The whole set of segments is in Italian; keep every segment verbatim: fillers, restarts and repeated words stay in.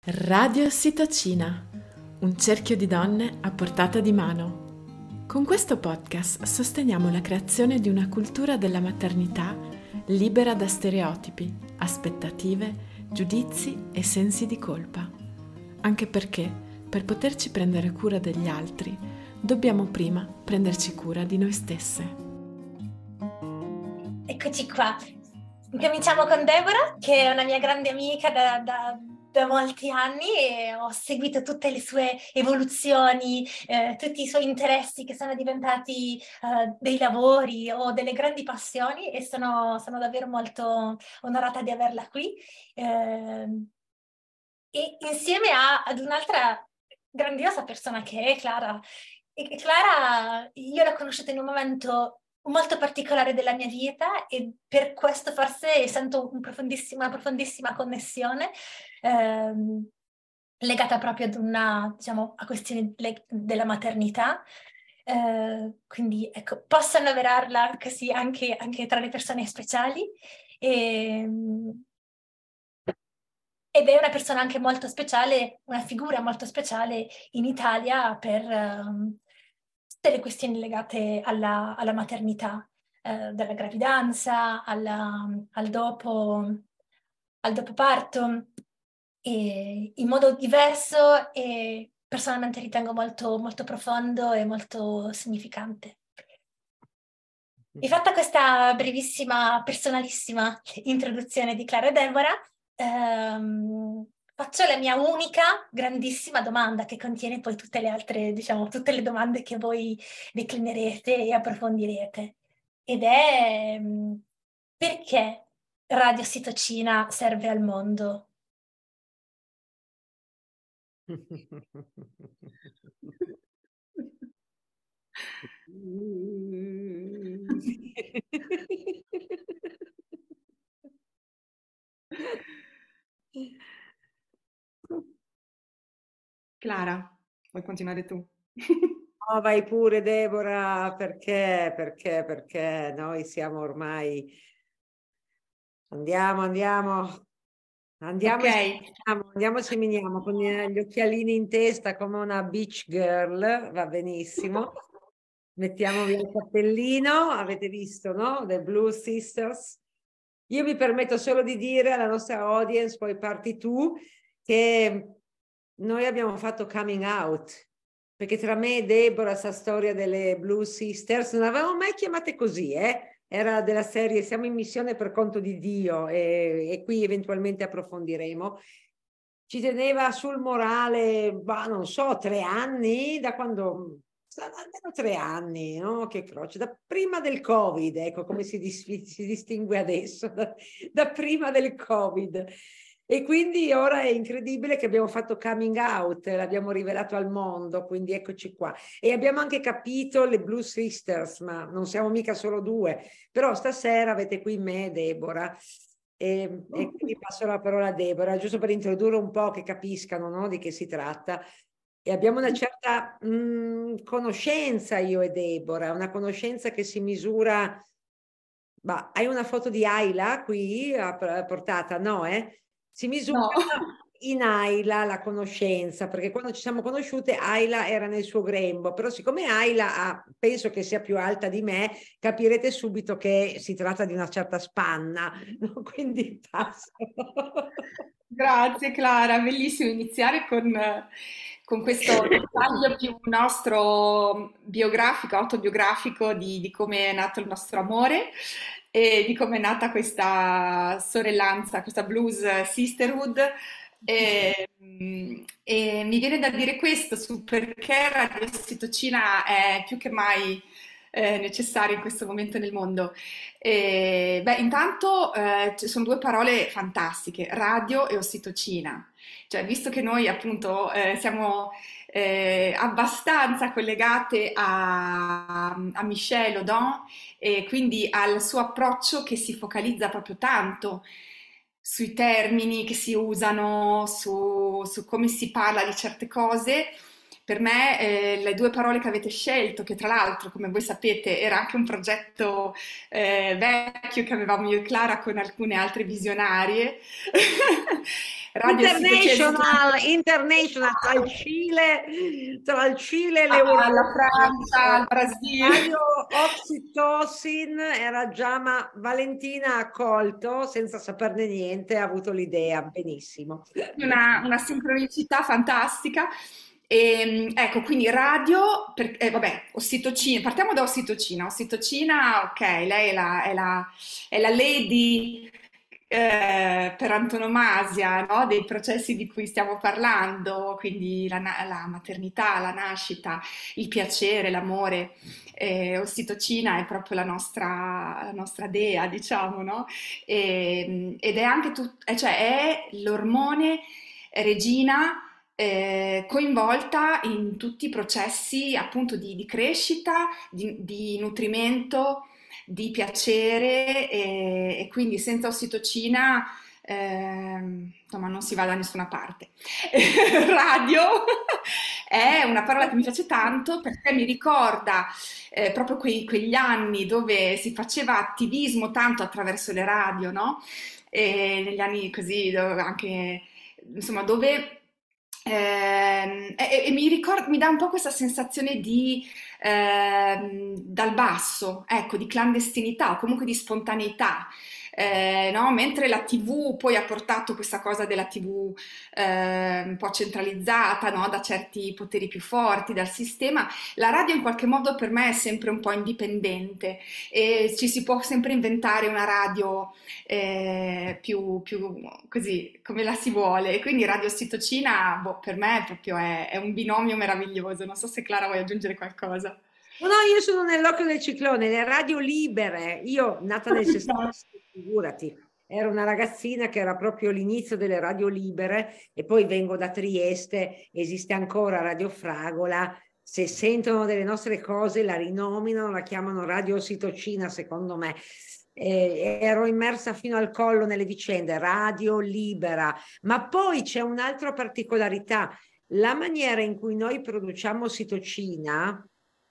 Radio Ossitocina, un cerchio di donne a portata di mano. Con questo podcast sosteniamo la creazione di una cultura della maternità libera da stereotipi, aspettative, giudizi e sensi di colpa. Anche perché, per poterci prendere cura degli altri, dobbiamo prima prenderci cura di noi stesse. Eccoci qua. Cominciamo con Deborah, che è una mia grande amica da, da, da molti anni e ho seguito tutte le sue evoluzioni, eh, tutti i suoi interessi che sono diventati eh, dei lavori o delle grandi passioni e sono, sono davvero molto onorata di averla qui. Eh, e insieme a, ad un'altra grandiosa persona che è Clara. E Clara, io l'ho conosciuta in un momento molto particolare della mia vita e per questo forse sento un profondissima, una profondissima connessione ehm, legata proprio ad una, diciamo, a questioni le- della maternità. Eh, quindi ecco, posso annoverarla così anche, anche tra le persone speciali. E, ed è una persona anche molto speciale, una figura molto speciale in Italia per ehm, tutte le questioni legate alla, alla maternità, eh, dalla gravidanza alla- al dopo, al dopo parto, e in modo diverso e personalmente ritengo molto, molto profondo e molto significante. E fatta questa brevissima, personalissima introduzione di Clara e Deborah, ehm, faccio la mia unica grandissima domanda che contiene poi tutte le altre, diciamo, tutte le domande che voi declinerete e approfondirete. Ed è ehm, perché Radio Ossitocina serve al mondo? Clara, vuoi continuare tu? No, vai pure Deborah, perché, perché, perché noi siamo ormai... Andiamo, andiamo, andiamo, Ok, e seminiamo, andiamo e seminiamo con gli occhialini in testa come una beach girl, va benissimo. Mettiamo via il cappellino, avete visto, no? The Blue Sisters. Io mi permetto solo di dire alla nostra audience, poi parti tu, che noi abbiamo fatto coming out, perché tra me e Deborah, questa storia delle Blue Sisters, non avevamo mai chiamate così, eh? Era della serie siamo in missione per conto di Dio e, e qui eventualmente approfondiremo. Ci teneva sul morale, bah, non so, tre anni, da quando... almeno tre anni, no? Che croce, da prima del Covid, ecco come si, dis- si distingue adesso, da, da prima del Covid. E quindi ora è incredibile che abbiamo fatto coming out, l'abbiamo rivelato al mondo, quindi eccoci qua. E abbiamo anche capito le Blue Sisters, ma non siamo mica solo due, però stasera avete qui me, Deborah, e, e quindi passo la parola a Deborah, giusto per introdurre un po' che capiscano, no, di che si tratta. E abbiamo una certa mh, conoscenza io e Deborah, una conoscenza che si misura... Bah, hai una foto di Ayla qui a, a portata? No, eh? Si misura no. in Ayla la conoscenza, perché quando ci siamo conosciute Ayla era nel suo grembo, però siccome Ayla ha, penso che sia più alta di me, capirete subito che si tratta di una certa spanna, no? Quindi passo. Grazie Clara, bellissimo iniziare con, con questo dettaglio più nostro biografico, autobiografico di, di come è nato il nostro amore e di come è nata questa sorellanza, questa blues sisterhood. E, e mi viene da dire questo su perché Radio Ossitocina è più che mai eh, necessaria in questo momento nel mondo. E, beh, intanto eh, ci sono due parole fantastiche, radio e ossitocina. Cioè, visto che noi appunto eh, siamo eh, abbastanza collegate a, a Michel Audin e quindi al suo approccio che si focalizza proprio tanto sui termini che si usano, su, su come si parla di certe cose, per me eh, le due parole che avete scelto, che tra l'altro, come voi sapete, era anche un progetto eh, vecchio che avevamo io e Clara con alcune altre visionarie. Radio International, international, tra il Cile, tra il Cile e l'Europa, la Francia, il Brasile. Radio Oxytocin era già, ma Valentina ha colto senza saperne niente, ha avuto l'idea, benissimo. Una, una sincronicità fantastica. E, ecco, quindi radio, per, eh, vabbè, ossitocina, partiamo da ossitocina. Ossitocina, ok, lei è la, è la, è la lady eh, per antonomasia, no? Dei processi di cui stiamo parlando, quindi la, na- la maternità, la nascita, il piacere, l'amore. Eh, ossitocina è proprio la nostra, la nostra dea, diciamo, no? E- ed è anche tut- eh, cioè è l'ormone regina eh, coinvolta in tutti i processi appunto di, di crescita, di, di nutrimento, di piacere e, e quindi senza ossitocina ehm, insomma non si va da nessuna parte. Radio è una parola che mi piace tanto perché mi ricorda eh, proprio quei, quegli anni dove si faceva attivismo tanto attraverso le radio, no? E negli anni così, dove anche, insomma, dove ehm, e, e mi ricorda, mi dà un po' questa sensazione di ehm, dal basso, ecco, di clandestinità o comunque di spontaneità. Eh, no? Mentre la T V poi ha portato questa cosa della T V eh, un po' centralizzata, no? Da certi poteri più forti, dal sistema, la radio in qualche modo per me è sempre un po' indipendente e ci si può sempre inventare una radio eh, più, più così come la si vuole. E quindi Radio Ossitocina, boh, per me proprio è, è un binomio meraviglioso. Non so se Clara vuoi aggiungere qualcosa. No, no, io sono nell'occhio del ciclone, le radio libere. Io, nata nel sessanta, figurati, ero una ragazzina che era proprio l'inizio delle radio libere e poi vengo da Trieste, esiste ancora Radio Fragola. Se sentono delle nostre cose la rinominano, la chiamano Radio Ossitocina, secondo me. Eh, ero immersa fino al collo nelle vicende, radio libera. Ma poi c'è un'altra particolarità, la maniera in cui noi produciamo ossitocina.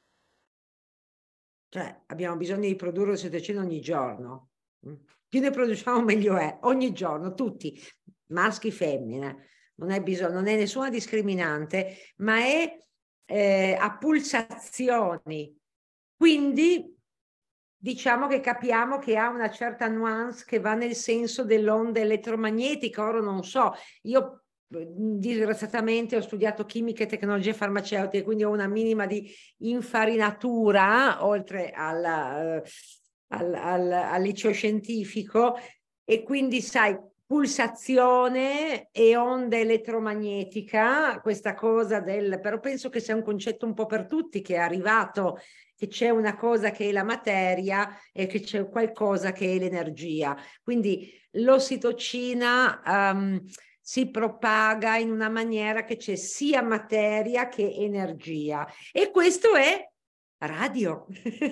Cioè, abbiamo bisogno di produrre ossitocina ogni giorno. Più ne produciamo meglio è, ogni giorno, tutti, maschi, femmine. Non è bisogno, non è nessuna discriminante, ma è eh, a pulsazioni. Quindi diciamo che capiamo che ha una certa nuance che va nel senso dell'onda elettromagnetica. Ora non so, io disgraziatamente ho studiato chimica e tecnologie farmaceutiche, quindi ho una minima di infarinatura oltre alla, uh, al, al, al liceo scientifico, e quindi sai, pulsazione e onda elettromagnetica, questa cosa del, però penso che sia un concetto un po' per tutti, che è arrivato, che c'è una cosa che è la materia e che c'è qualcosa che è l'energia. Quindi l'ossitocina um, si propaga in una maniera che c'è sia materia che energia, e questo è radio.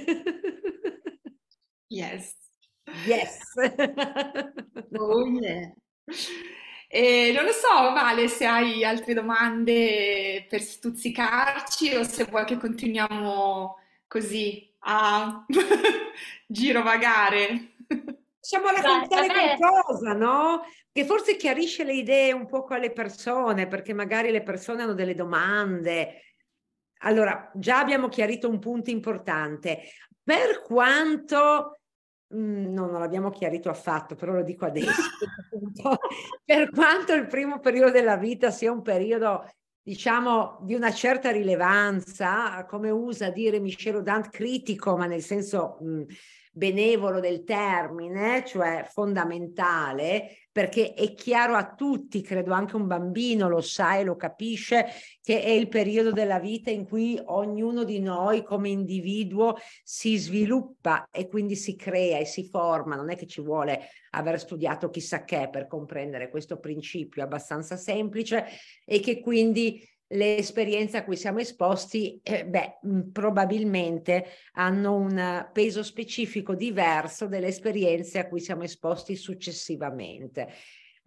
Yes. Yes. Oh yeah. E non lo so, Vale, se hai altre domande per stuzzicarci o se vuoi che continuiamo così a girovagare. Possiamo raccontare qualcosa, no? Che forse chiarisce le idee un po' alle persone, perché magari le persone hanno delle domande. Allora, già abbiamo chiarito un punto importante. Per quanto, mh, no, non l'abbiamo chiarito affatto, però lo dico adesso, per quanto il primo periodo della vita sia un periodo, diciamo, di una certa rilevanza, come usa dire Michel Audin, critico, ma nel senso mh, benevolo del termine, cioè fondamentale, perché è chiaro a tutti, credo anche un bambino lo sa e lo capisce, che è il periodo della vita in cui ognuno di noi come individuo si sviluppa e quindi si crea e si forma. Non è che ci vuole aver studiato chissà che per comprendere questo principio abbastanza semplice, e che quindi le esperienze a cui siamo esposti, eh, beh, mh, probabilmente hanno un peso specifico diverso delle esperienze a cui siamo esposti successivamente.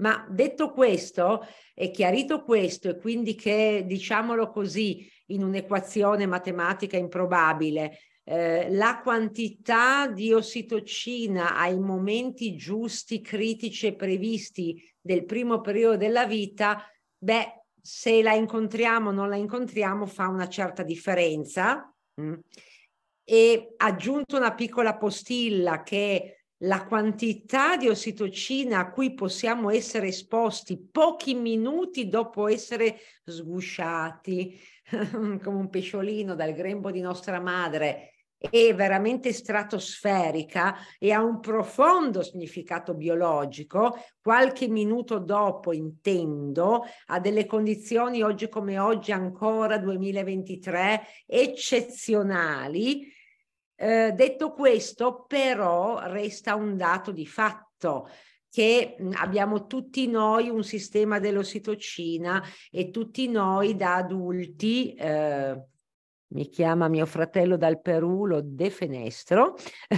Ma detto questo, e chiarito questo, e quindi che, diciamolo così, in un'equazione matematica improbabile, eh, la quantità di ossitocina ai momenti giusti, critici e previsti del primo periodo della vita, beh, se la incontriamo o non la incontriamo fa una certa differenza. Mm. E aggiunto una piccola postilla che la quantità di ossitocina a cui possiamo essere esposti pochi minuti dopo essere sgusciati come un pesciolino dal grembo di nostra madre è veramente stratosferica e ha un profondo significato biologico. Qualche minuto dopo, intendo, a delle condizioni oggi come oggi, ancora duemilaventitré, eccezionali. Eh, detto questo, però, resta un dato di fatto, che abbiamo tutti noi un sistema dell'ossitocina e tutti noi da adulti, eh, mi chiama mio fratello dal Perù, lo defenestro,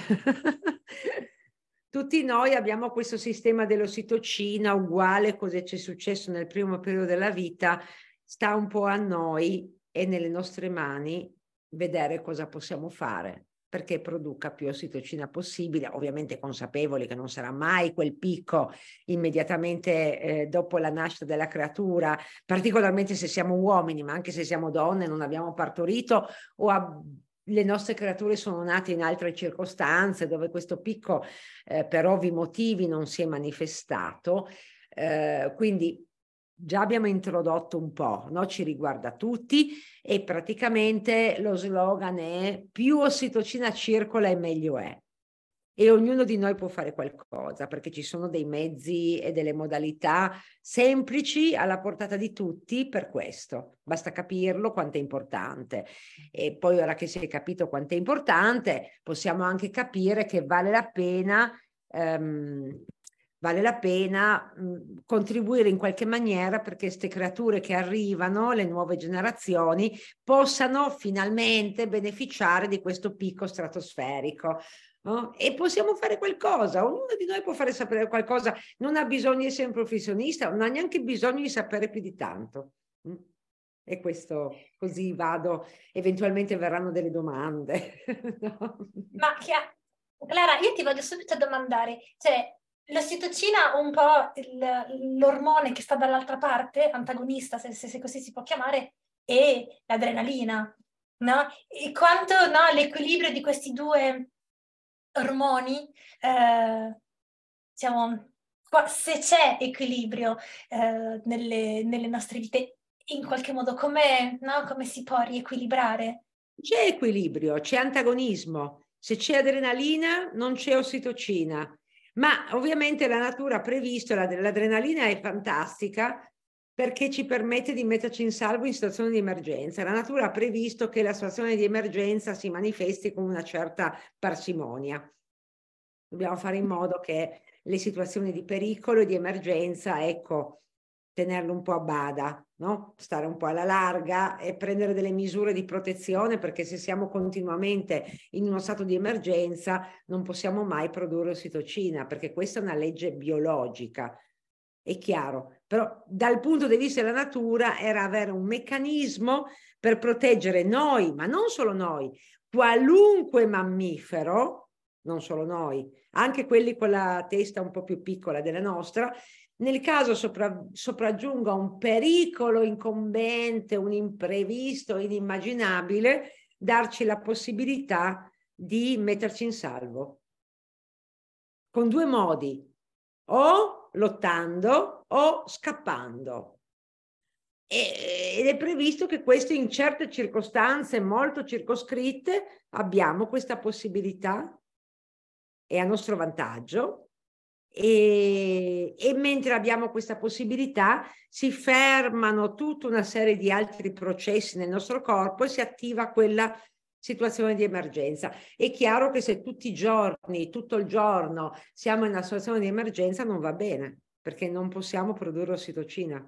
tutti noi abbiamo questo sistema dell'ossitocina uguale. Cosa ci è successo nel primo periodo della vita sta un po' a noi e nelle nostre mani vedere cosa possiamo fare perché produca più ossitocina possibile, ovviamente consapevoli che non sarà mai quel picco immediatamente eh, dopo la nascita della creatura, particolarmente se siamo uomini, ma anche se siamo donne, non abbiamo partorito o a, le nostre creature sono nate in altre circostanze dove questo picco eh, per ovvi motivi non si è manifestato. Eh, quindi già abbiamo introdotto un po', no? Ci riguarda tutti e praticamente lo slogan è più ossitocina circola e meglio è. E ognuno di noi può fare qualcosa perché ci sono dei mezzi e delle modalità semplici alla portata di tutti per questo. Basta capirlo quanto è importante. E poi ora che si è capito quanto è importante, possiamo anche capire che vale la pena... Um, vale la pena mh, contribuire in qualche maniera perché queste creature che arrivano, le nuove generazioni, possano finalmente beneficiare di questo picco stratosferico. No? E possiamo fare qualcosa, ognuno di noi può fare sapere qualcosa, non ha bisogno di essere un professionista, non ha neanche bisogno di sapere più di tanto. Mm. E questo, così vado, eventualmente verranno delle domande. No? Ma Chia- Clara, io ti voglio subito domandare, cioè l'ossitocina, un po' il- l'ormone che sta dall'altra parte, antagonista, se, se così si può chiamare, è l'adrenalina, no? E quanto, no, l'equilibrio di questi due ormoni, eh, diciamo, qua- se c'è equilibrio eh, nelle, nelle nostre vite, in qualche modo, come, no? Come si può riequilibrare? C'è equilibrio, c'è antagonismo. Se c'è adrenalina non c'è ossitocina, ma ovviamente la natura ha previsto, l'adrenalina è fantastica perché ci permette di metterci in salvo in situazioni di emergenza. La natura ha previsto che la situazione di emergenza si manifesti con una certa parsimonia. Dobbiamo fare in modo che le situazioni di pericolo e di emergenza, ecco, tenerlo un po' a bada, no? Stare un po' alla larga e prendere delle misure di protezione, perché se siamo continuamente in uno stato di emergenza non possiamo mai produrre ossitocina, perché questa è una legge biologica, è chiaro. Però dal punto di vista della natura era avere un meccanismo per proteggere noi, ma non solo noi, qualunque mammifero, non solo noi, anche quelli con la testa un po' più piccola della nostra, nel caso sopra, sopraggiunga un pericolo incombente, un imprevisto, inimmaginabile, darci la possibilità di metterci in salvo. Con due modi, o lottando o scappando. E, ed è previsto che questo in certe circostanze molto circoscritte abbiamo questa possibilità, è a nostro vantaggio. E, e mentre abbiamo questa possibilità si fermano tutta una serie di altri processi nel nostro corpo e si attiva quella situazione di emergenza. È chiaro che se tutti i giorni, tutto il giorno siamo in una situazione di emergenza non va bene, perché non possiamo produrre ossitocina.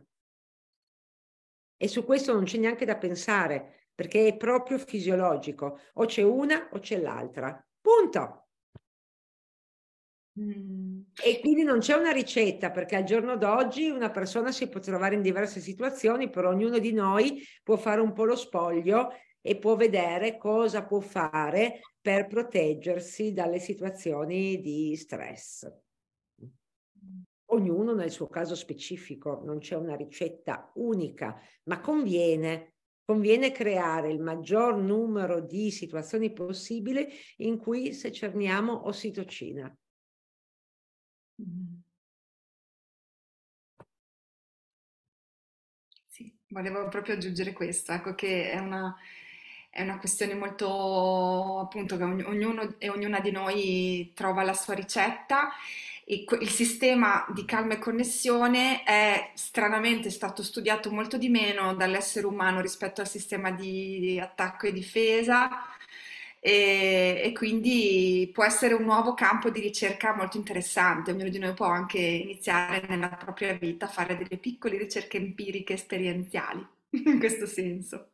E su questo non c'è neanche da pensare, perché è proprio fisiologico. O c'è una o c'è l'altra. Punto. Mm. E quindi non c'è una ricetta, perché al giorno d'oggi una persona si può trovare in diverse situazioni, però ognuno di noi può fare un po' lo spoglio e può vedere cosa può fare per proteggersi dalle situazioni di stress. Ognuno nel suo caso specifico, non c'è una ricetta unica, ma conviene, conviene creare il maggior numero di situazioni possibili in cui secerniamo ossitocina. Mm. Sì, volevo proprio aggiungere questo, ecco che è una, è una questione molto, appunto, che ogn- ognuno e ognuna di noi trova la sua ricetta e que- il sistema di calma e connessione è stranamente stato studiato molto di meno dall'essere umano rispetto al sistema di, di attacco e difesa e, e quindi può essere un nuovo campo di ricerca molto interessante. Ognuno di noi può anche iniziare nella propria vita a fare delle piccole ricerche empiriche esperienziali, in questo senso.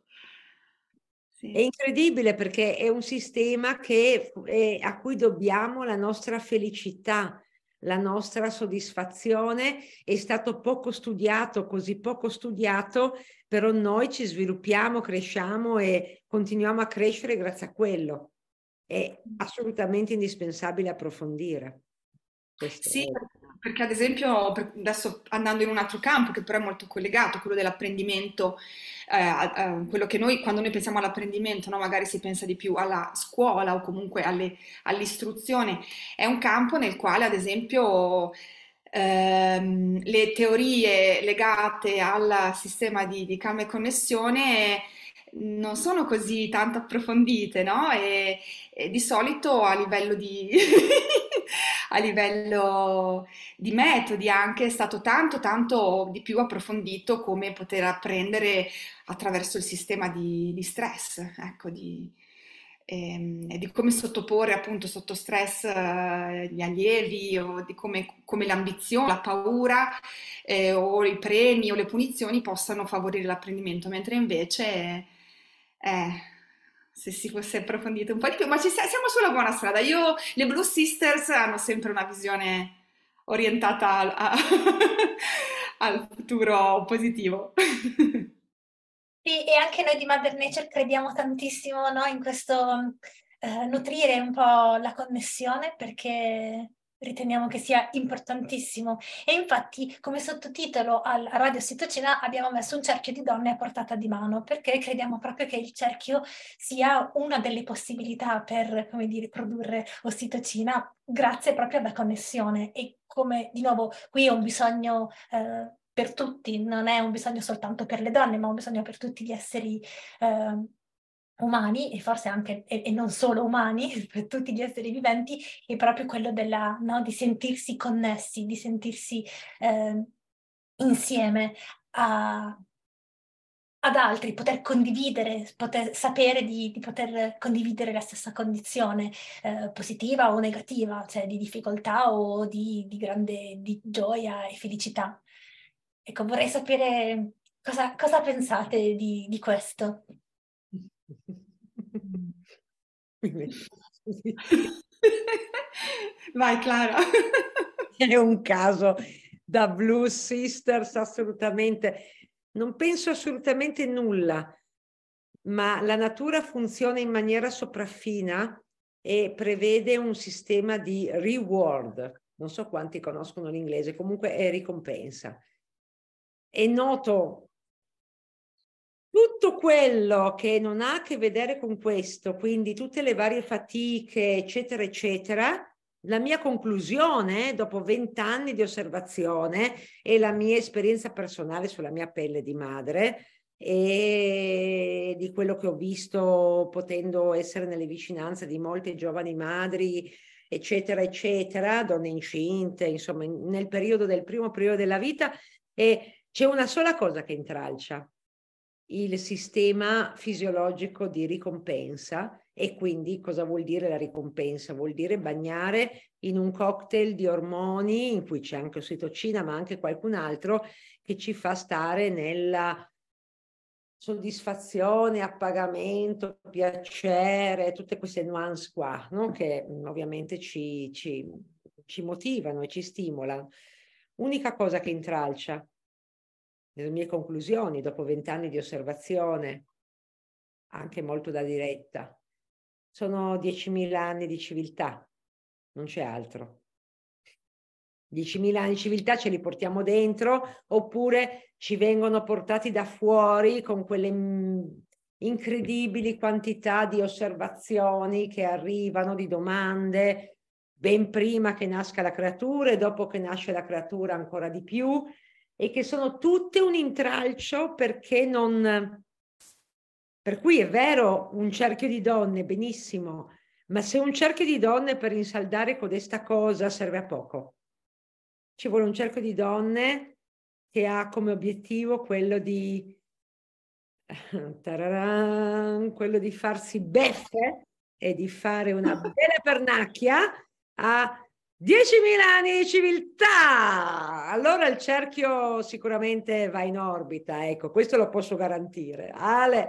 È Sì. incredibile perché è un sistema che, è, a cui dobbiamo la nostra felicità, la nostra soddisfazione. È stato poco studiato, così poco studiato, però noi ci sviluppiamo, cresciamo e continuiamo a crescere grazie a quello. È assolutamente indispensabile approfondire. Questo Sì, è... perché ad esempio, per- adesso andando in un altro campo che però è molto collegato, quello dell'apprendimento, eh, a- a- quello che noi, quando noi pensiamo all'apprendimento, no, magari si pensa di più alla scuola o comunque alle- all'istruzione, è un campo nel quale ad esempio ehm, le teorie legate al sistema di, di calma e connessione non sono così tanto approfondite, no? E, e di solito a livello di, a livello di metodi anche è stato tanto tanto di più approfondito come poter apprendere attraverso il sistema di, di stress, ecco, di, ehm, e di come sottoporre appunto sotto stress eh, gli allievi o di come, come l'ambizione, la paura eh, o i premi o le punizioni possano favorire l'apprendimento, mentre invece eh, se si fosse approfondito un po' di più, ma ci sia- siamo sulla buona strada. Io, le Blue Sisters hanno sempre una visione orientata al, a- al futuro positivo. Sì, e anche noi di Mother Nature crediamo tantissimo, no, in questo eh, nutrire un po' la connessione perché riteniamo che sia importantissimo. E infatti, come sottotitolo al a Radio Ossitocina abbiamo messo un cerchio di donne a portata di mano perché crediamo proprio che il cerchio sia una delle possibilità per, come dire, produrre ossitocina grazie proprio alla connessione. E come, di nuovo, qui è un bisogno eh, per tutti, non è un bisogno soltanto per le donne, ma un bisogno per tutti gli esseri eh, umani e forse anche, e, e non solo umani, per tutti gli esseri viventi, è proprio quello della, no, di sentirsi connessi, di sentirsi eh, insieme a, ad altri, poter condividere, poter sapere di, di poter condividere la stessa condizione, eh, positiva o negativa, cioè di difficoltà o di, di grande di gioia e felicità. Ecco, vorrei sapere cosa, cosa pensate di, di questo. Vai Clara. È un caso da Blue Sisters, assolutamente. Non penso assolutamente nulla, ma la natura funziona in maniera sopraffina e prevede un sistema di reward. Non so quanti conoscono l'inglese, comunque è ricompensa. È noto tutto quello che non ha a che vedere con questo, quindi tutte le varie fatiche, eccetera, eccetera. La mia conclusione, dopo vent'anni di osservazione e la mia esperienza personale sulla mia pelle di madre e di quello che ho visto potendo essere nelle vicinanze di molte giovani madri, eccetera, eccetera, donne incinte, insomma, nel periodo del primo periodo della vita, e c'è una sola cosa che intralcia: il sistema fisiologico di ricompensa. E quindi cosa vuol dire la ricompensa? Vuol dire bagnare in un cocktail di ormoni in cui c'è anche ossitocina ma anche qualcun altro che ci fa stare nella soddisfazione, appagamento, piacere, tutte queste nuance qua, no? Che ovviamente ci, ci, ci motivano e ci stimolano. Unica cosa che intralcia, nelle mie conclusioni, dopo vent'anni di osservazione, anche molto da diretta, sono diecimila anni di civiltà, non c'è altro. diecimila anni di civiltà ce li portiamo dentro oppure ci vengono portati da fuori con quelle incredibili quantità di osservazioni che arrivano, di domande, ben prima che nasca la creatura e dopo che nasce la creatura ancora di più, e che sono tutte un intralcio perché non... Per cui è vero, un cerchio di donne, benissimo, ma se un cerchio di donne per rinsaldare codesta cosa serve a poco. Ci vuole un cerchio di donne che ha come obiettivo quello di, tararan, quello di farsi beffe e di fare una bella pernacchia a diecimila anni di civiltà. Allora il cerchio sicuramente va in orbita, ecco, questo lo posso garantire. Ale.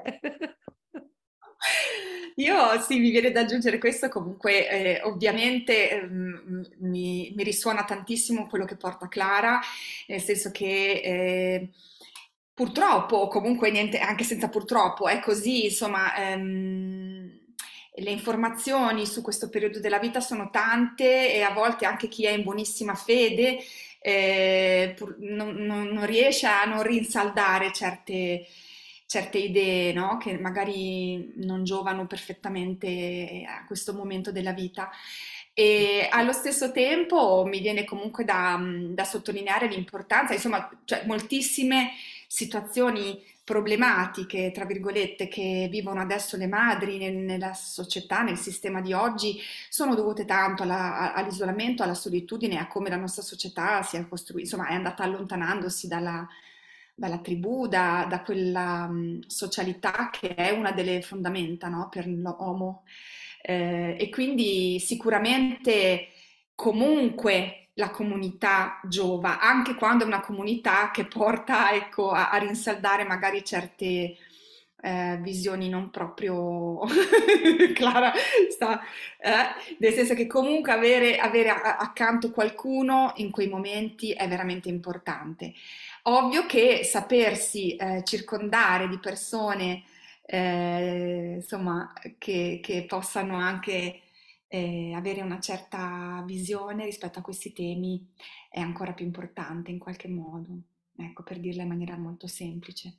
Io sì, mi viene da aggiungere questo, comunque eh, ovviamente eh, mi, mi risuona tantissimo quello che porta Clara, nel senso che eh, purtroppo, comunque niente, anche senza purtroppo, è così, insomma, ehm, le informazioni su questo periodo della vita sono tante e a volte anche chi è in buonissima fede eh, pur- non, non- non riesce a non rinsaldare certe certe idee, no? Che magari non giovano perfettamente a questo momento della vita. E allo stesso tempo mi viene comunque da, da sottolineare l'importanza, insomma, cioè, moltissime situazioni problematiche, tra virgolette, che vivono adesso le madri nel- nella società, nel sistema di oggi, sono dovute tanto alla- all'isolamento, alla solitudine, a come la nostra società si è costruita, insomma, è andata allontanandosi dalla dalla tribù, da, da quella mh, socialità che è una delle fondamenta, no, per l'uomo. Eh, e quindi sicuramente comunque la comunità giova, anche quando è una comunità che porta, ecco, a, a rinsaldare magari certe eh, visioni non proprio Clara sta, eh, nel senso che comunque avere, avere a- accanto qualcuno in quei momenti è veramente importante. Ovvio che sapersi eh, circondare di persone eh, insomma, che, che possano anche eh, avere una certa visione rispetto a questi temi è ancora più importante in qualche modo, ecco, per dirla in maniera molto semplice.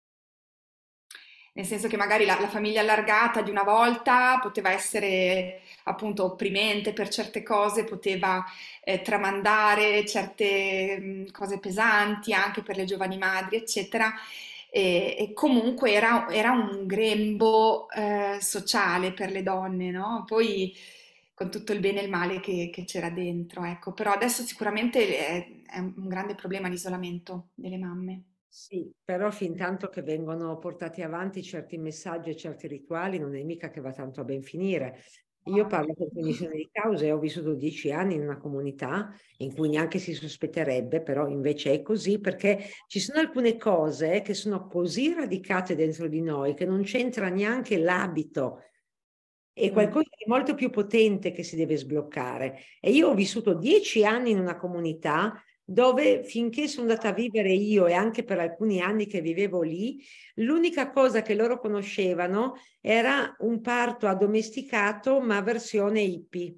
Nel senso che magari la, la famiglia allargata di una volta poteva essere appunto opprimente per certe cose, poteva eh, tramandare certe mh, cose pesanti anche per le giovani madri, eccetera. E, e comunque era, era un grembo eh, sociale per le donne, no? Poi con tutto il bene e il male che, che c'era dentro, ecco. Però adesso sicuramente è, è un grande problema l'isolamento delle mamme. Sì, però fin tanto che vengono portati avanti certi messaggi e certi rituali non è mica che va tanto a ben finire. Io parlo per cognizione di causa e ho vissuto dieci anni in una comunità in cui neanche si sospetterebbe, però invece è così perché ci sono alcune cose che sono così radicate dentro di noi che non c'entra neanche l'abito. È qualcosa di molto più potente che si deve sbloccare. E io ho vissuto dieci anni in una comunità dove finché sono andata a vivere io e anche per alcuni anni che vivevo lì, l'unica cosa che loro conoscevano era un parto addomesticato ma versione hippie.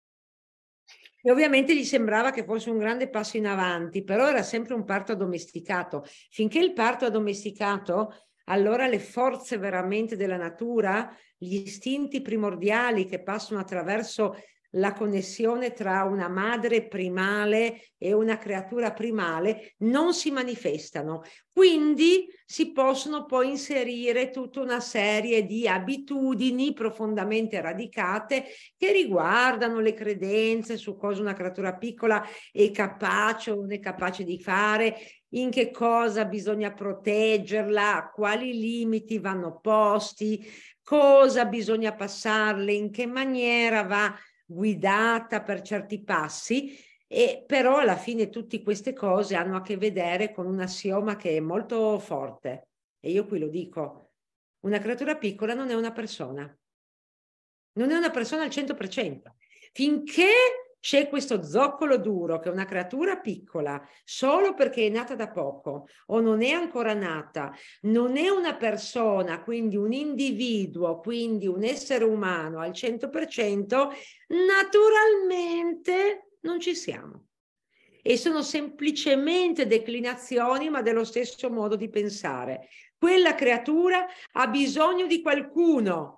E ovviamente gli sembrava che fosse un grande passo in avanti, però era sempre un parto addomesticato. Finché il parto addomesticato, allora le forze veramente della natura, gli istinti primordiali che passano attraverso la connessione tra una madre primale e una creatura primale non si manifestano. Quindi si possono poi inserire tutta una serie di abitudini profondamente radicate che riguardano le credenze su cosa una creatura piccola è capace o non è capace di fare, in che cosa bisogna proteggerla, quali limiti vanno posti, cosa bisogna passarle, in che maniera va guidata per certi passi, e però alla fine tutte queste cose hanno a che vedere con un assioma che è molto forte, e io qui lo dico: una creatura piccola non è una persona, non è una persona al cento per cento. Finché c'è questo zoccolo duro che è una creatura piccola, solo perché è nata da poco o non è ancora nata, non è una persona, quindi un individuo, quindi un essere umano al cento per cento, naturalmente non ci siamo. E sono semplicemente declinazioni, ma dello stesso modo di pensare. Quella creatura ha bisogno di qualcuno,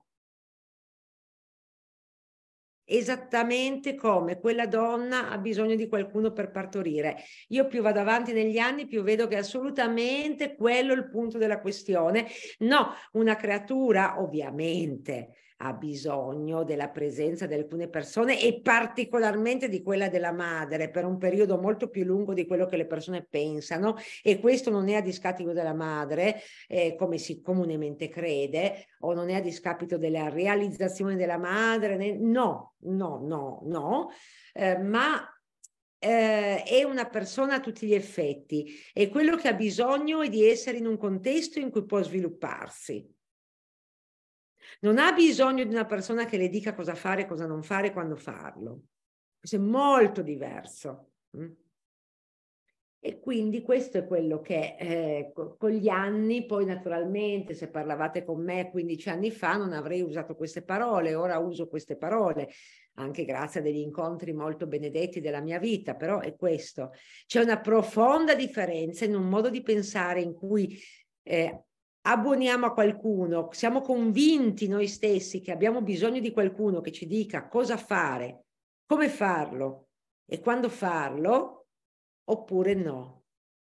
esattamente come quella donna ha bisogno di qualcuno per partorire. Io più vado avanti negli anni, più vedo che è assolutamente quello il punto della questione. No, una creatura ovviamente ha bisogno della presenza di alcune persone e particolarmente di quella della madre per un periodo molto più lungo di quello che le persone pensano, e questo non è a discapito della madre, eh, come si comunemente crede, o non è a discapito della realizzazione della madre, né, no, no, no, no, eh, ma eh, è una persona a tutti gli effetti, e quello che ha bisogno è di essere in un contesto in cui può svilupparsi. Non ha bisogno di una persona che le dica cosa fare, cosa non fare, quando farlo. Questo è molto diverso. E quindi questo è quello che eh, con gli anni, poi naturalmente se parlavate con me quindici anni fa non avrei usato queste parole, ora uso queste parole, anche grazie a degli incontri molto benedetti della mia vita, però è questo. C'è una profonda differenza in un modo di pensare in cui eh, abboniamo a qualcuno, siamo convinti noi stessi che abbiamo bisogno di qualcuno che ci dica cosa fare, come farlo e quando farlo, oppure no.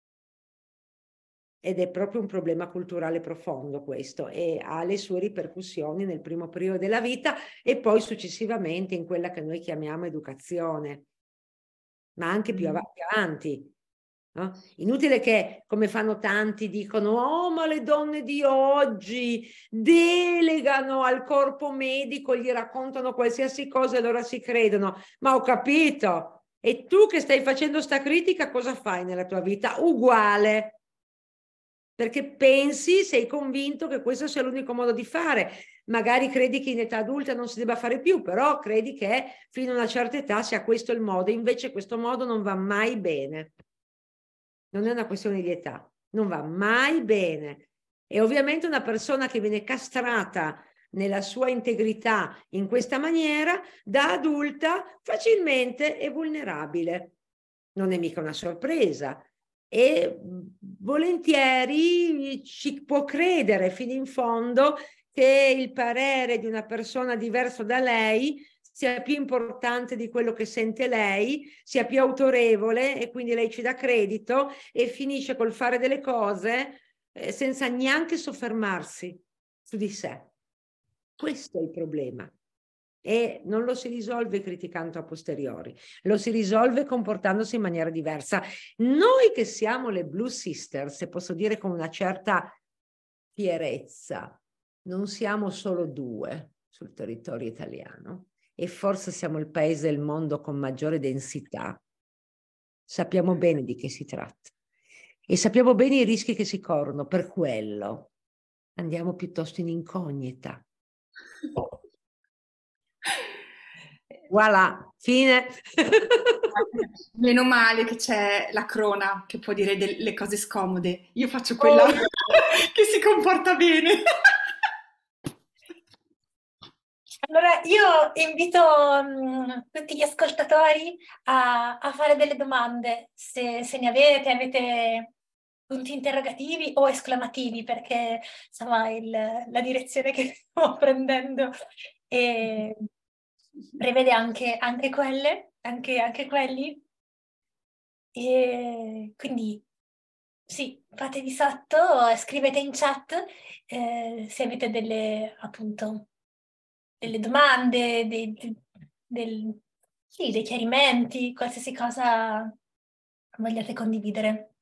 Ed è proprio un problema culturale profondo questo, e ha le sue ripercussioni nel primo periodo della vita e poi successivamente in quella che noi chiamiamo educazione, ma anche più avanti. avanti. No? Inutile che, come fanno tanti, dicono oh ma le donne di oggi delegano al corpo medico, gli raccontano qualsiasi cosa e allora si credono. Ma ho capito, e tu che stai facendo sta critica cosa fai nella tua vita? Uguale, perché pensi, sei convinto che questo sia l'unico modo di fare. Magari credi che in età adulta non si debba fare più, però credi che fino a una certa età sia questo il modo, invece questo modo non va mai bene. Non è una questione di età, non va mai bene. E ovviamente una persona che viene castrata nella sua integrità in questa maniera, da adulta facilmente è vulnerabile. Non è mica una sorpresa. E volentieri ci può credere fino in fondo che il parere di una persona diversa da lei sia più importante di quello che sente lei, sia più autorevole, e quindi lei ci dà credito e finisce col fare delle cose eh, senza neanche soffermarsi su di sé. Questo è il problema. E non lo si risolve criticando a posteriori, lo si risolve comportandosi in maniera diversa. Noi che siamo le Blue Sisters, se posso dire con una certa fierezza, non siamo solo due sul territorio italiano, e forse siamo il paese del mondo con maggiore densità. Sappiamo bene di che si tratta e sappiamo bene i rischi che si corrono, per quello andiamo piuttosto in incognita. Voilà, fine. Meno male che c'è la crona che può dire delle cose scomode. Io faccio quella oh. che si comporta bene. Allora, io invito um, tutti gli ascoltatori a, a fare delle domande, se, se ne avete, avete punti interrogativi o esclamativi, perché insomma il, la direzione che stiamo prendendo è, prevede anche, anche quelle, anche, anche quelli. E quindi sì, fatevi sotto, scrivete in chat eh, se avete delle, appunto, delle domande, dei, dei, del, sì, dei chiarimenti, qualsiasi cosa vogliate condividere.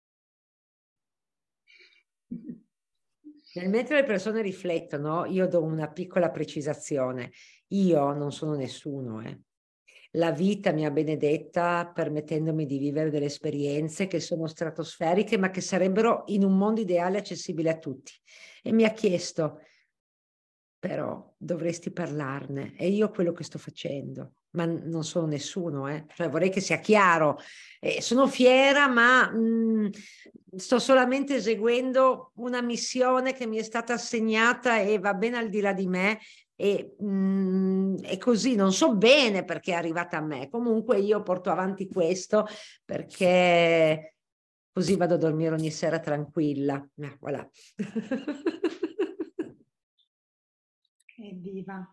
Nel mentre le persone riflettono, io do una piccola precisazione. Io non sono nessuno, eh. La vita mi ha benedetta permettendomi di vivere delle esperienze che sono stratosferiche, ma che sarebbero in un mondo ideale accessibili a tutti. E mi ha chiesto, però dovresti parlarne, e io quello che sto facendo. ma non sono nessuno, eh. Cioè, vorrei che sia chiaro. Eh, sono fiera, ma mh, sto solamente eseguendo una missione che mi è stata assegnata e va ben al di là di me. E, mh, e così non so bene perché è arrivata a me. Comunque io porto avanti questo perché così vado a dormire ogni sera tranquilla. Eh, voilà. Evviva.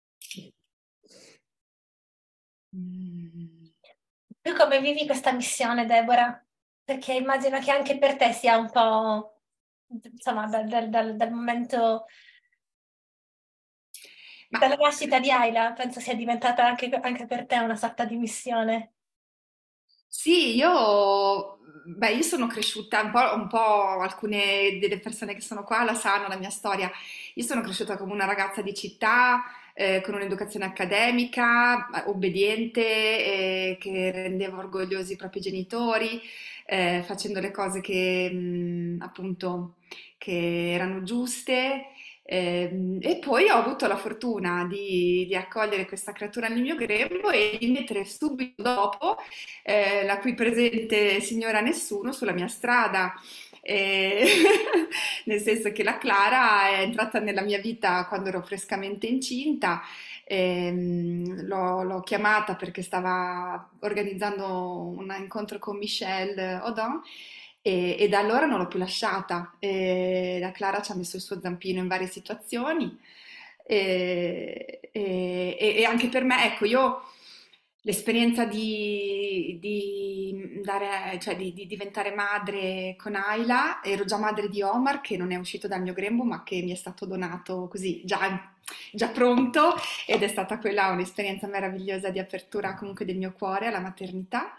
Mm. Tu come vivi questa missione, Deborah? Perché immagino che anche per te sia un po', insomma, dal, dal- dal- dal momento Ma dalla nascita di Ayla, penso sia diventata anche, anche per te una sorta di missione. sì, io, beh, io sono cresciuta un po', un po', alcune delle persone che sono qua la sanno, la mia storia. Io sono cresciuta come una ragazza di città, eh, con un'educazione accademica, eh, obbediente, eh, che rendeva orgogliosi i propri genitori, eh, facendo le cose che, mh, appunto, che erano giuste. Ehm, E, poi ho avuto la fortuna di, di accogliere questa creatura nel mio grembo e di mettere subito dopo eh, la qui presente signora Nessuno sulla mia strada. E nel senso che la Clara è entrata nella mia vita quando ero frescamente incinta. Ehm, l'ho, l'ho chiamata perché stava organizzando un incontro con Michelle Odon e, e da allora non l'ho più lasciata. E la Clara ci ha messo il suo zampino in varie situazioni e, e- e anche per me, ecco, io l'esperienza di, di dare- cioè di, di diventare madre con Ayla, ero già madre di Omar che non è uscito dal mio grembo ma che mi è stato donato così, già, già pronto, ed è stata quella un'esperienza meravigliosa di apertura comunque del mio cuore alla maternità.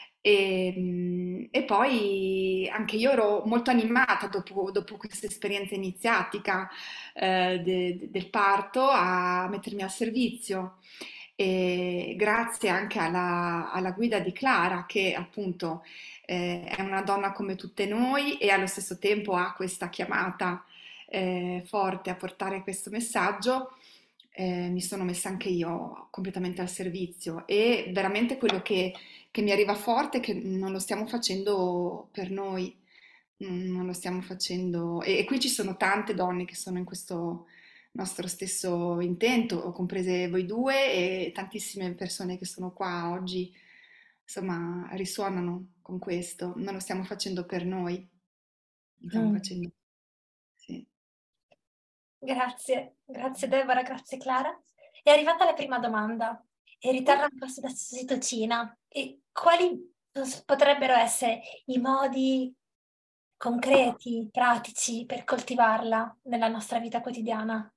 E, e poi anche io ero molto animata dopo, dopo questa esperienza iniziatica eh, de- de- del parto a mettermi al servizio. E grazie anche alla, alla guida di Clara, che appunto eh, è una donna come tutte noi e allo stesso tempo ha questa chiamata eh, forte a portare questo messaggio. Eh, mi sono messa anche io completamente al servizio e veramente quello che, che mi arriva forte è che non lo stiamo facendo per noi, mm, non lo stiamo facendo e, e qui ci sono tante donne che sono in questo nostro stesso intento, comprese voi due e tantissime persone che sono qua oggi, insomma, risuonano con questo. Non lo stiamo facendo per noi, lo stiamo Mm. facendo, sì. Grazie, grazie Deborah, grazie Clara. È arrivata la prima domanda e ritorna un po' sulla ossitocina. E quali potrebbero essere i modi concreti, pratici per coltivarla nella nostra vita quotidiana?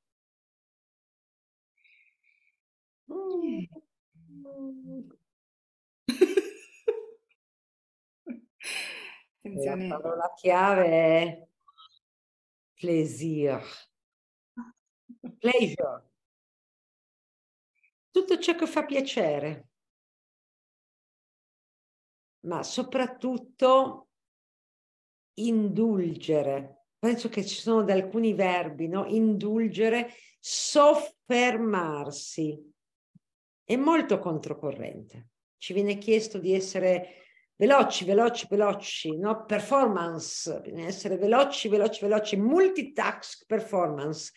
Mm. La Attenzione. parola chiave è plaisir. Pleasure. Tutto ciò che fa piacere, ma soprattutto indulgere. Penso che ci sono da alcuni verbi, no? Indulgere, soffermarsi. È molto controcorrente. Ci viene chiesto di essere veloci, veloci, veloci, no? Performance, bisogna essere veloci, veloci, veloci, multitask performance.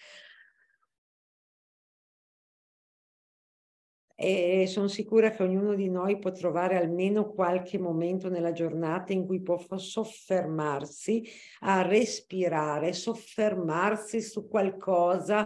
E sono sicura che ognuno di noi può trovare almeno qualche momento nella giornata in cui può soffermarsi a respirare, soffermarsi su qualcosa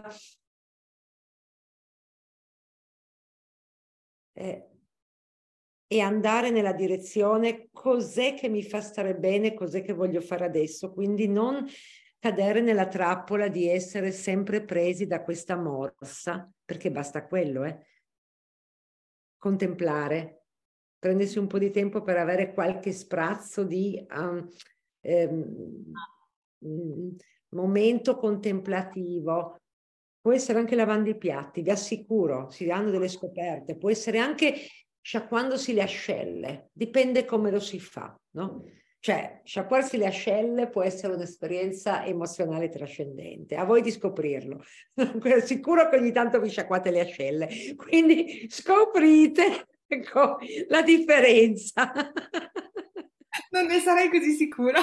eh, e andare nella direzione cos'è che mi fa stare bene, cos'è che voglio fare adesso. Quindi non cadere nella trappola di essere sempre presi da questa morsa, perché basta quello, eh. Contemplare, prendersi un po' di tempo per avere qualche sprazzo di um, ehm, momento contemplativo. Può essere anche lavando i piatti, vi assicuro, si hanno delle scoperte. Può essere anche sciacquandosi le ascelle, dipende come lo si fa, no? Cioè, sciacquarsi le ascelle può essere un'esperienza emozionale trascendente. A voi di scoprirlo. Sicuro che ogni tanto vi sciacquate le ascelle, quindi scoprite, ecco, la differenza. Non ne sarei così sicura.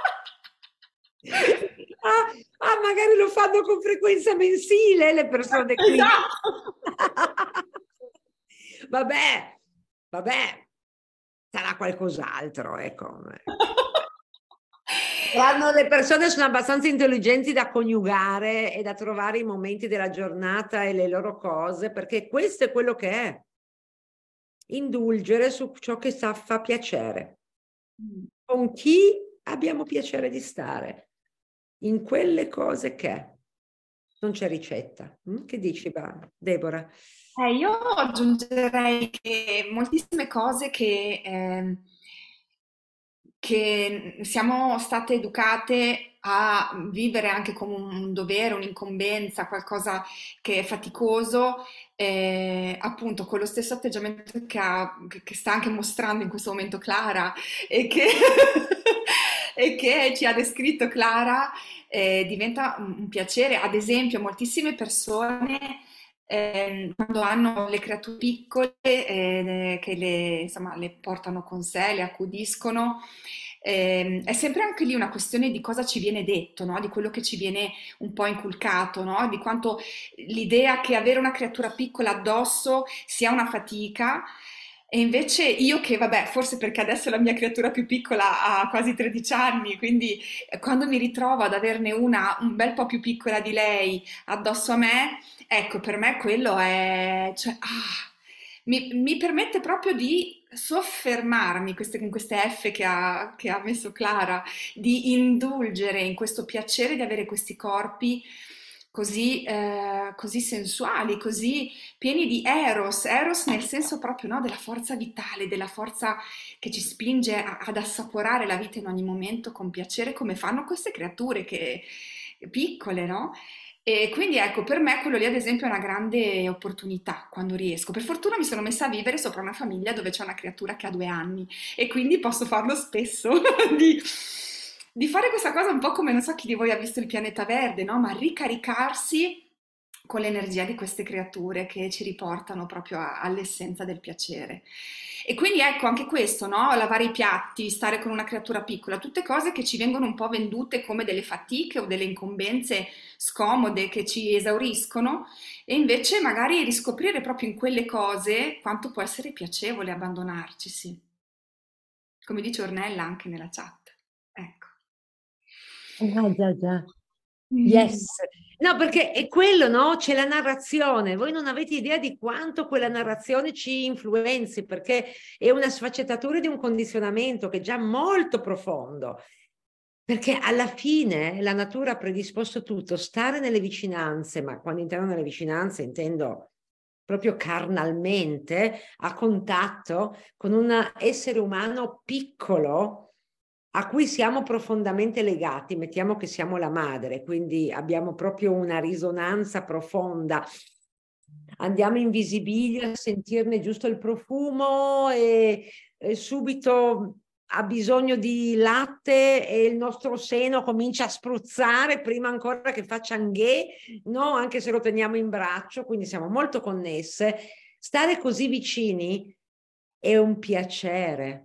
Ah, ah, magari lo fanno con frequenza mensile le persone qui. Esatto. Vabbè, vabbè, sarà qualcos'altro, ecco. Quando le persone sono abbastanza intelligenti da coniugare e da trovare i momenti della giornata e le loro cose, perché questo è quello che è. Indulgere su ciò che sa, fa piacere. Con chi abbiamo piacere di stare. In quelle cose che non c'è ricetta. Che dici, Deborah? Eh, io aggiungerei che moltissime cose che... Eh, che siamo state educate a vivere anche come un dovere, un'incombenza, qualcosa che è faticoso, eh, appunto con lo stesso atteggiamento che, ha, che sta anche mostrando in questo momento Clara e che, e che ci ha descritto Clara, eh, diventa un, un piacere. Ad esempio, moltissime persone eh, quando hanno le creature piccole eh, che le, insomma, le portano con sé, le accudiscono, eh, è sempre anche lì una questione di cosa ci viene detto, no? Di quello che ci viene un po' inculcato, no? Di quanto l'idea che avere una creatura piccola addosso sia una fatica. E invece io che, vabbè, forse perché adesso la mia creatura più piccola ha quasi tredici anni, quindi quando mi ritrovo ad averne una un bel po' più piccola di lei addosso a me, ecco, per me quello è, cioè, ah, mi, mi permette proprio di soffermarmi, queste, con queste F che ha, che ha messo Clara, di indulgere in questo piacere di avere questi corpi così, eh, così sensuali, così pieni di eros, eros nel senso proprio, no, della forza vitale, della forza che ci spinge a- ad assaporare la vita in ogni momento con piacere, come fanno queste creature che, piccole, no? E quindi ecco, per me quello lì ad esempio è una grande opportunità quando riesco. Per fortuna mi sono messa a vivere sopra una famiglia dove c'è una creatura che ha due anni e quindi posso farlo spesso, di, di fare questa cosa un po' come, non so chi di voi ha visto Il pianeta verde, no? Ma ricaricarsi con l'energia di queste creature che ci riportano proprio a- all'essenza del piacere. E quindi ecco anche questo, no? Lavare i piatti, stare con una creatura piccola, tutte cose che ci vengono un po' vendute come delle fatiche o delle incombenze scomode che ci esauriscono e invece magari riscoprire proprio in quelle cose quanto può essere piacevole abbandonarci, sì. Come dice Ornella anche nella chat. Ecco. Ah, già, già. Mm. Yes. No, perché è quello, no? C'è la narrazione. Voi non avete idea di quanto quella narrazione ci influenzi, perché è una sfaccettatura di un condizionamento che è già molto profondo. Perché alla fine la natura ha predisposto tutto, stare nelle vicinanze, ma quando intendo nelle vicinanze intendo proprio carnalmente, a contatto con un essere umano piccolo a cui siamo profondamente legati, mettiamo che siamo la madre, quindi abbiamo proprio una risonanza profonda. Andiamo in visibilio a sentirne giusto il profumo e, e subito ha bisogno di latte e il nostro seno comincia a spruzzare prima ancora che faccia anghè, no? Anche se lo teniamo in braccio, quindi siamo molto connesse. Stare così vicini è un piacere.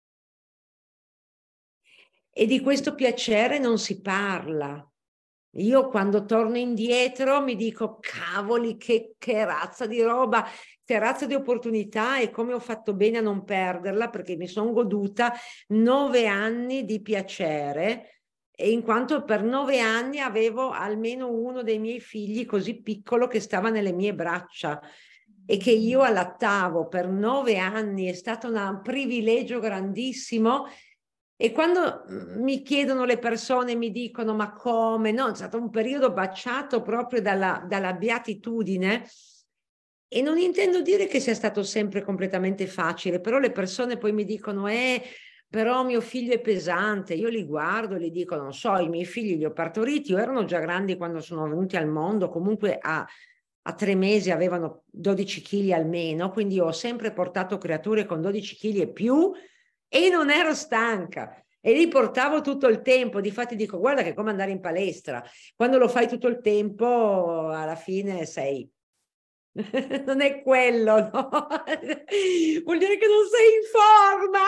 E di questo piacere non si parla. Io quando torno indietro mi dico, cavoli, che, che razza di roba, che razza di opportunità e come ho fatto bene a non perderla, perché mi sono goduta nove anni di piacere, e in quanto per nove anni avevo almeno uno dei miei figli così piccolo che stava nelle mie braccia e che io allattavo per nove anni, è stato un privilegio grandissimo. E quando mi chiedono le persone, mi dicono ma come? No, è stato un periodo baciato proprio dalla, dalla beatitudine e non intendo dire che sia stato sempre completamente facile, però le persone poi mi dicono eh, però mio figlio è pesante, io li guardo e li dico non so, i miei figli li ho partoriti, o erano già grandi quando sono venuti al mondo, comunque a, a tre mesi avevano dodici chili almeno, quindi ho sempre portato creature con dodici chili e più, e non ero stanca, E li portavo tutto il tempo, difatti dico, guarda che è come andare in palestra, quando lo fai tutto il tempo, alla fine sei... Non è quello, no? Vuol dire che non sei in forma.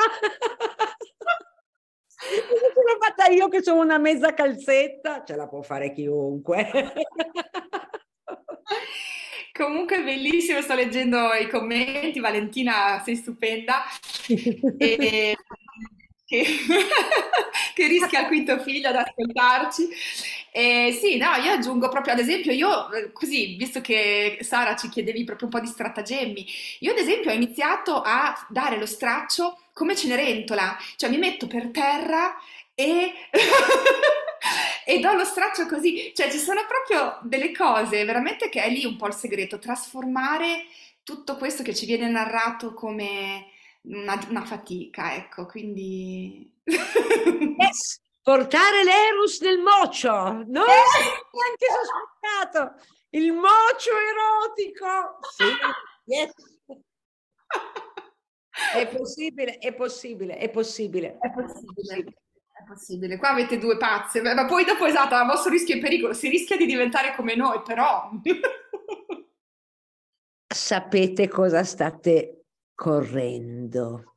Ce l'ho fatta io che sono una mezza calzetta, ce la può fare chiunque. Comunque bellissimo, sto leggendo i commenti, Valentina sei stupenda, e che, che rischia il quinto figlio ad ascoltarci. E sì, no, io aggiungo proprio, ad esempio, io eh, così, visto che Sara ci chiedevi proprio un po' di stratagemmi, io ad esempio ho iniziato a dare lo straccio come Cenerentola, cioè mi metto per terra e, e do lo straccio così, cioè ci sono proprio delle cose veramente che è lì un po' il segreto, trasformare tutto questo che ci viene narrato come una, una fatica, ecco, quindi... Yes. Portare l'Erus nel mocio, non neanche sospettato, il mocio erotico, sì, yes. È possibile, è possibile, è possibile. È possibile, è possibile. Qua avete due pazze, ma poi dopo esatto, a vostro rischio e pericolo, si rischia di diventare come noi, però... Sapete cosa state correndo?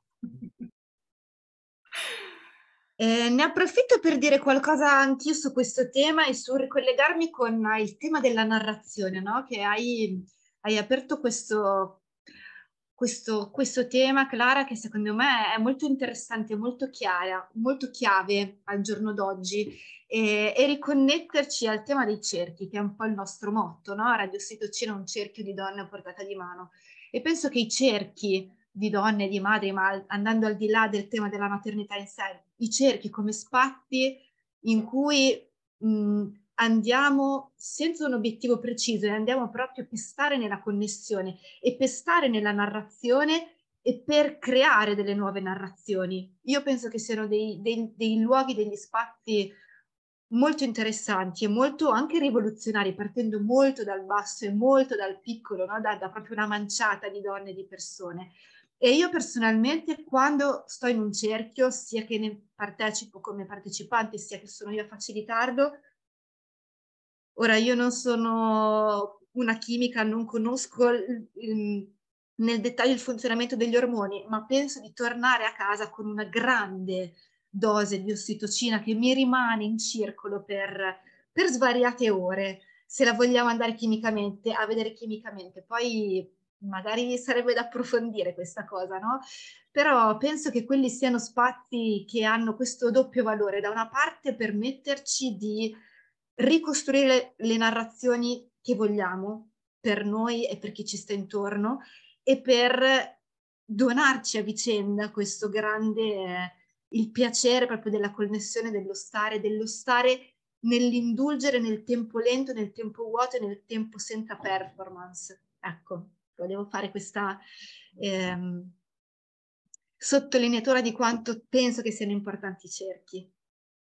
Eh, ne approfitto per dire qualcosa anch'io su questo tema e su ricollegarmi con eh, il tema della narrazione, no? Che hai, hai aperto questo, questo, questo tema, Clara, che secondo me è molto interessante, molto chiara, molto chiave al giorno d'oggi e, e riconnetterci al tema dei cerchi, che è un po' il nostro motto, no? Radio Ossitocina, un cerchio di donne a portata di mano. E penso che i cerchi di donne, di madri, ma andando al di là del tema della maternità in sé, i cerchi come spazi in cui mh, andiamo senza un obiettivo preciso e andiamo proprio per stare nella connessione e per stare nella narrazione e per creare delle nuove narrazioni. Io penso che siano dei, dei, dei luoghi, degli spazi molto interessanti e molto anche rivoluzionari, partendo molto dal basso e molto dal piccolo, no? da, da proprio una manciata di donne, di persone. E io personalmente quando sto in un cerchio, sia che ne partecipo come partecipante, sia che sono io a facilitarlo, ora io non sono una chimica, non conosco il, il, nel dettaglio il funzionamento degli ormoni, ma penso di tornare a casa con una grande dose di ossitocina che mi rimane in circolo per, per svariate ore, se la vogliamo andare chimicamente, a vedere chimicamente. Poi magari sarebbe da approfondire questa cosa, no? Però penso che quelli siano spazi che hanno questo doppio valore. Da una parte permetterci di ricostruire le narrazioni che vogliamo per noi e per chi ci sta intorno e per donarci a vicenda questo grande, eh, il piacere proprio della connessione, dello stare, dello stare nell'indulgere nel tempo lento, nel tempo vuoto e nel tempo senza performance. Ecco, volevo fare questa ehm, sottolineatura di quanto penso che siano importanti i cerchi.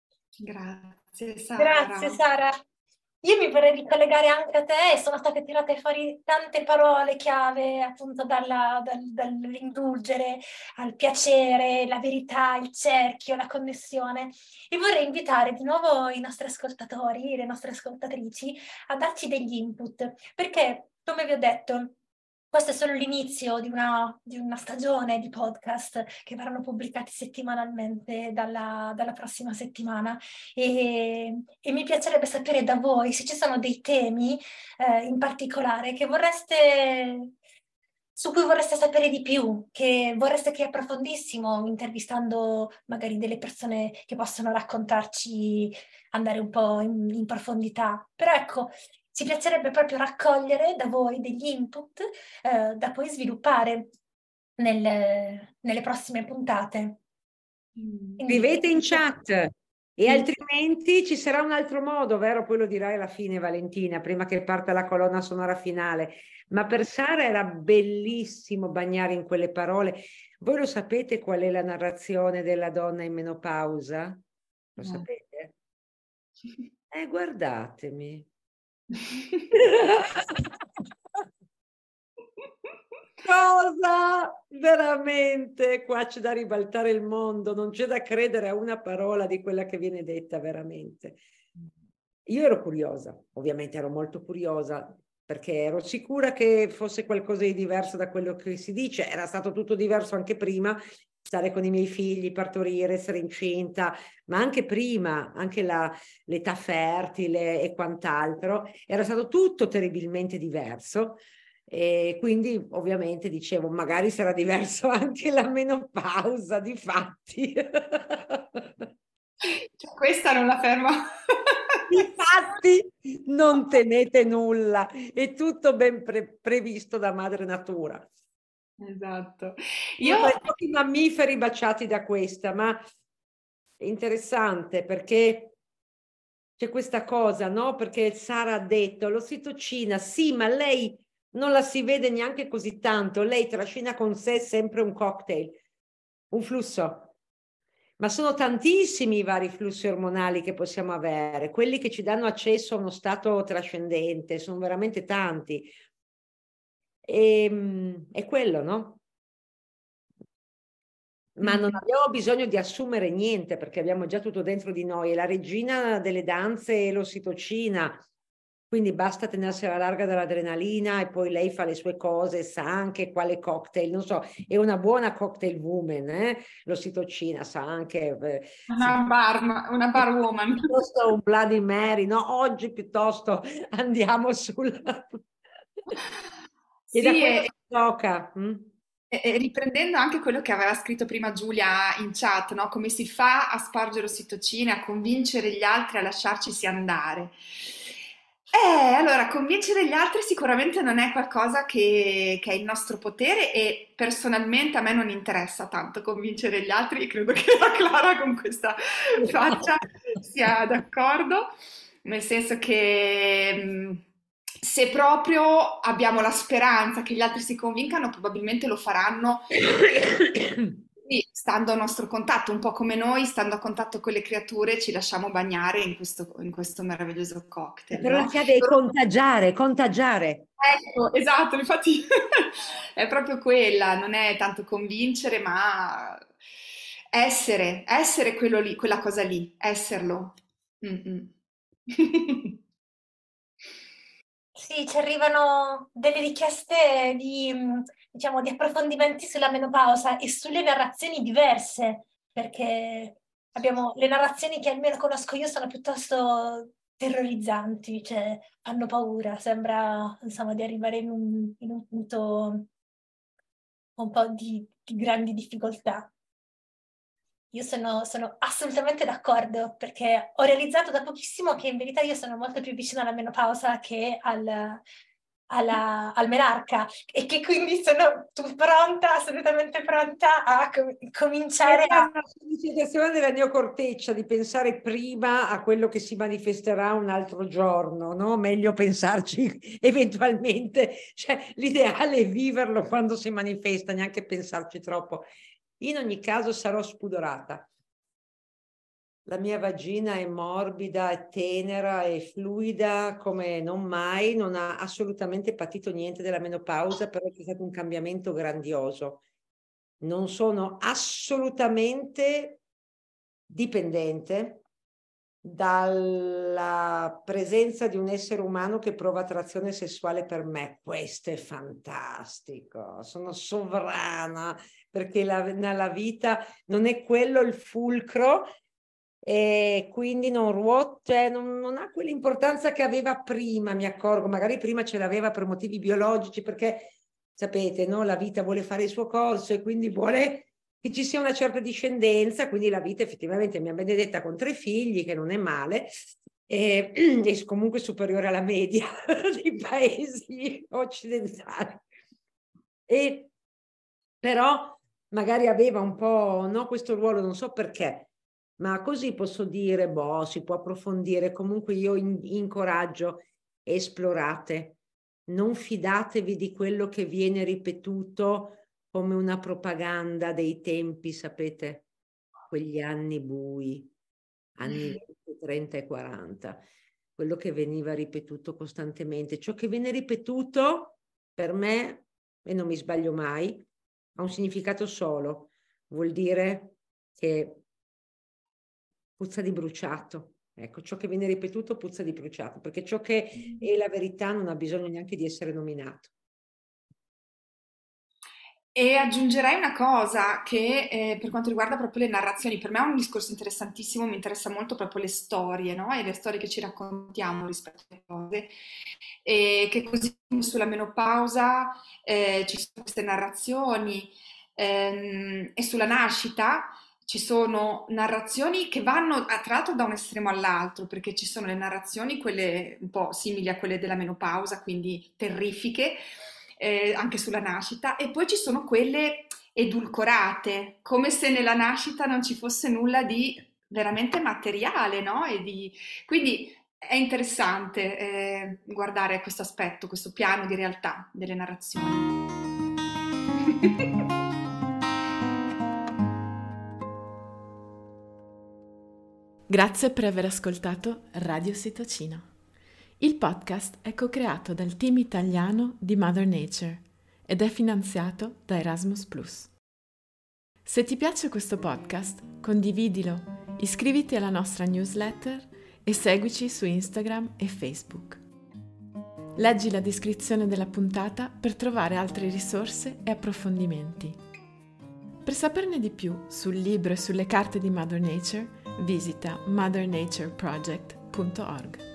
Grazie Sara. Grazie Sara. Io mi vorrei ricollegare anche a te, sono state tirate fuori tante parole chiave appunto dalla, dal, dall'indulgere al piacere, la verità, il cerchio, la connessione e vorrei invitare di nuovo i nostri ascoltatori, le nostre ascoltatrici a darci degli input perché come vi ho detto questo è solo l'inizio di una, di una stagione di podcast che verranno pubblicati settimanalmente dalla, dalla prossima settimana e, e mi piacerebbe sapere da voi se ci sono dei temi eh, in particolare che vorreste, su cui vorreste sapere di più, che vorreste che approfondissimo intervistando magari delle persone che possono raccontarci, andare un po' in, in profondità. Però ecco, ci piacerebbe proprio raccogliere da voi degli input eh, da poi sviluppare nel, nelle prossime puntate. Quindi, Scrivete in chat e sì. altrimenti ci sarà un altro modo, vero? Poi lo dirai alla fine, Valentina, prima che parta la colonna sonora finale. Ma per Sara era bellissimo bagnare in quelle parole. Voi lo sapete qual è la narrazione della donna in menopausa? Lo No. sapete? Eh, guardatemi. cosa? Veramente, qua c'è da ribaltare il mondo, non c'è da credere a una parola di quella che viene detta, veramente. Io ero curiosa, ovviamente ero molto curiosa, perché ero sicura che fosse qualcosa di diverso da quello che si dice. Era stato tutto diverso anche prima, stare con i miei figli, partorire, essere incinta, ma anche prima, anche la, l'età fertile e quant'altro, era stato tutto terribilmente diverso. E quindi ovviamente dicevo, magari sarà diverso anche la menopausa, difatti. Cioè, questa non la fermo. Infatti non temete nulla, è tutto ben pre- previsto da madre natura. Esatto. Io Io... tra i pochi mammiferi baciati da questa, ma è interessante perché c'è questa cosa, no? Perché Sara ha detto, l'ossitocina, sì, ma lei non la si vede neanche così tanto, lei trascina con sé sempre un cocktail, un flusso. Ma sono tantissimi i vari flussi ormonali che possiamo avere, quelli che ci danno accesso a uno stato trascendente, sono veramente tanti. E, è quello, no? Ma non abbiamo bisogno di assumere niente perché abbiamo già tutto dentro di noi. È la regina delle danze è l'ossitocina, quindi basta tenersela larga dall'adrenalina e poi lei fa le sue cose, sa anche quale cocktail, non so, è una buona cocktail woman, eh? L'ossitocina sa anche... Eh, Una bar, una bar woman. piuttosto un Bloody Mary, no? Oggi piuttosto andiamo sul... E da Sì, quello e, si gioca. hm? e- e riprendendo anche quello che aveva scritto prima Giulia in chat, no? Come si fa a spargere ossitocina, a convincere gli altri a lasciarcisi andare? Eh, allora, convincere gli altri sicuramente non è qualcosa che, che è in nostro potere e personalmente a me non interessa tanto convincere gli altri e credo che la Clara con questa faccia sia d'accordo, nel senso che mh, se proprio abbiamo la speranza che gli altri si convincano, probabilmente lo faranno sì, stando a nostro contatto, un po' come noi, stando a contatto con le creature, ci lasciamo bagnare in questo, in questo meraviglioso cocktail, Però la no? chiave è contagiare, contagiare. Ecco, esatto, infatti è proprio quella, non è tanto convincere, ma essere, essere quello lì, quella cosa lì, esserlo. Mm-mm. Sì, ci arrivano delle richieste di, mh, diciamo, di approfondimenti sulla menopausa e sulle narrazioni diverse, perché abbiamo le narrazioni che almeno conosco io sono piuttosto terrorizzanti, cioè fanno paura, sembra, insomma, di arrivare in un, in un punto un po' di, di grandi difficoltà. Io sono, sono assolutamente d'accordo perché ho realizzato da pochissimo che in verità io sono molto più vicina alla menopausa che al, alla- al menarca e che quindi sono tu- pronta, assolutamente pronta a com- cominciare Quella è a... una sollecitazione della neocorteccia di pensare prima a quello che si manifesterà un altro giorno, no? Meglio pensarci eventualmente, cioè l'ideale è viverlo quando si manifesta, neanche pensarci troppo. In ogni caso sarò spudorata. La mia vagina è morbida, è tenera, è fluida come non mai, non ha assolutamente patito niente della menopausa, però c'è stato un cambiamento grandioso. Non sono assolutamente dipendente dalla presenza di un essere umano che prova attrazione sessuale per me. Questo è fantastico, sono sovrana perché la, nella vita non è quello il fulcro e quindi non ruota, cioè non, non ha quell'importanza che aveva prima, mi accorgo, magari prima ce l'aveva per motivi biologici, perché sapete, no? La vita vuole fare il suo corso e quindi vuole che ci sia una certa discendenza, quindi la vita effettivamente mi ha benedetta con tre figli, che non è male, e è comunque superiore alla media dei paesi occidentali. E però magari aveva un po', no, questo ruolo, non so perché, ma così posso dire, boh, si può approfondire, comunque io in, incoraggio, esplorate, non fidatevi di quello che viene ripetuto come una propaganda dei tempi, sapete, quegli anni bui, anni venti, trenta e quaranta, quello che veniva ripetuto costantemente. Ciò che viene ripetuto per me e non mi sbaglio mai, ha un significato solo, vuol dire che puzza di bruciato. Ecco, ciò che viene ripetuto puzza di bruciato, perché ciò che è la verità non ha bisogno neanche di essere nominato. E aggiungerei una cosa che eh, per quanto riguarda proprio le narrazioni, per me è un discorso interessantissimo, mi interessa molto proprio le storie, no? E le storie che ci raccontiamo rispetto alle cose. E che così sulla menopausa eh, ci sono queste narrazioni ehm, e sulla nascita ci sono narrazioni che vanno tra l'altro da un estremo all'altro, perché ci sono le narrazioni, quelle un po' simili a quelle della menopausa, quindi terrifiche, eh, anche sulla nascita, e poi ci sono quelle edulcorate, come se nella nascita non ci fosse nulla di veramente materiale, no? E di... Quindi è interessante eh, guardare questo aspetto, questo piano di realtà delle narrazioni. Grazie per aver ascoltato Radio Sitocina. Il podcast è co-creato dal team italiano di Mother Nature ed è finanziato da Erasmus plus. Se ti piace questo podcast, condividilo, iscriviti alla nostra newsletter e seguici su Instagram e Facebook. Leggi la descrizione della puntata per trovare altre risorse e approfondimenti. Per saperne di più sul libro e sulle carte di Mother Nature, visita mother nature project punto org.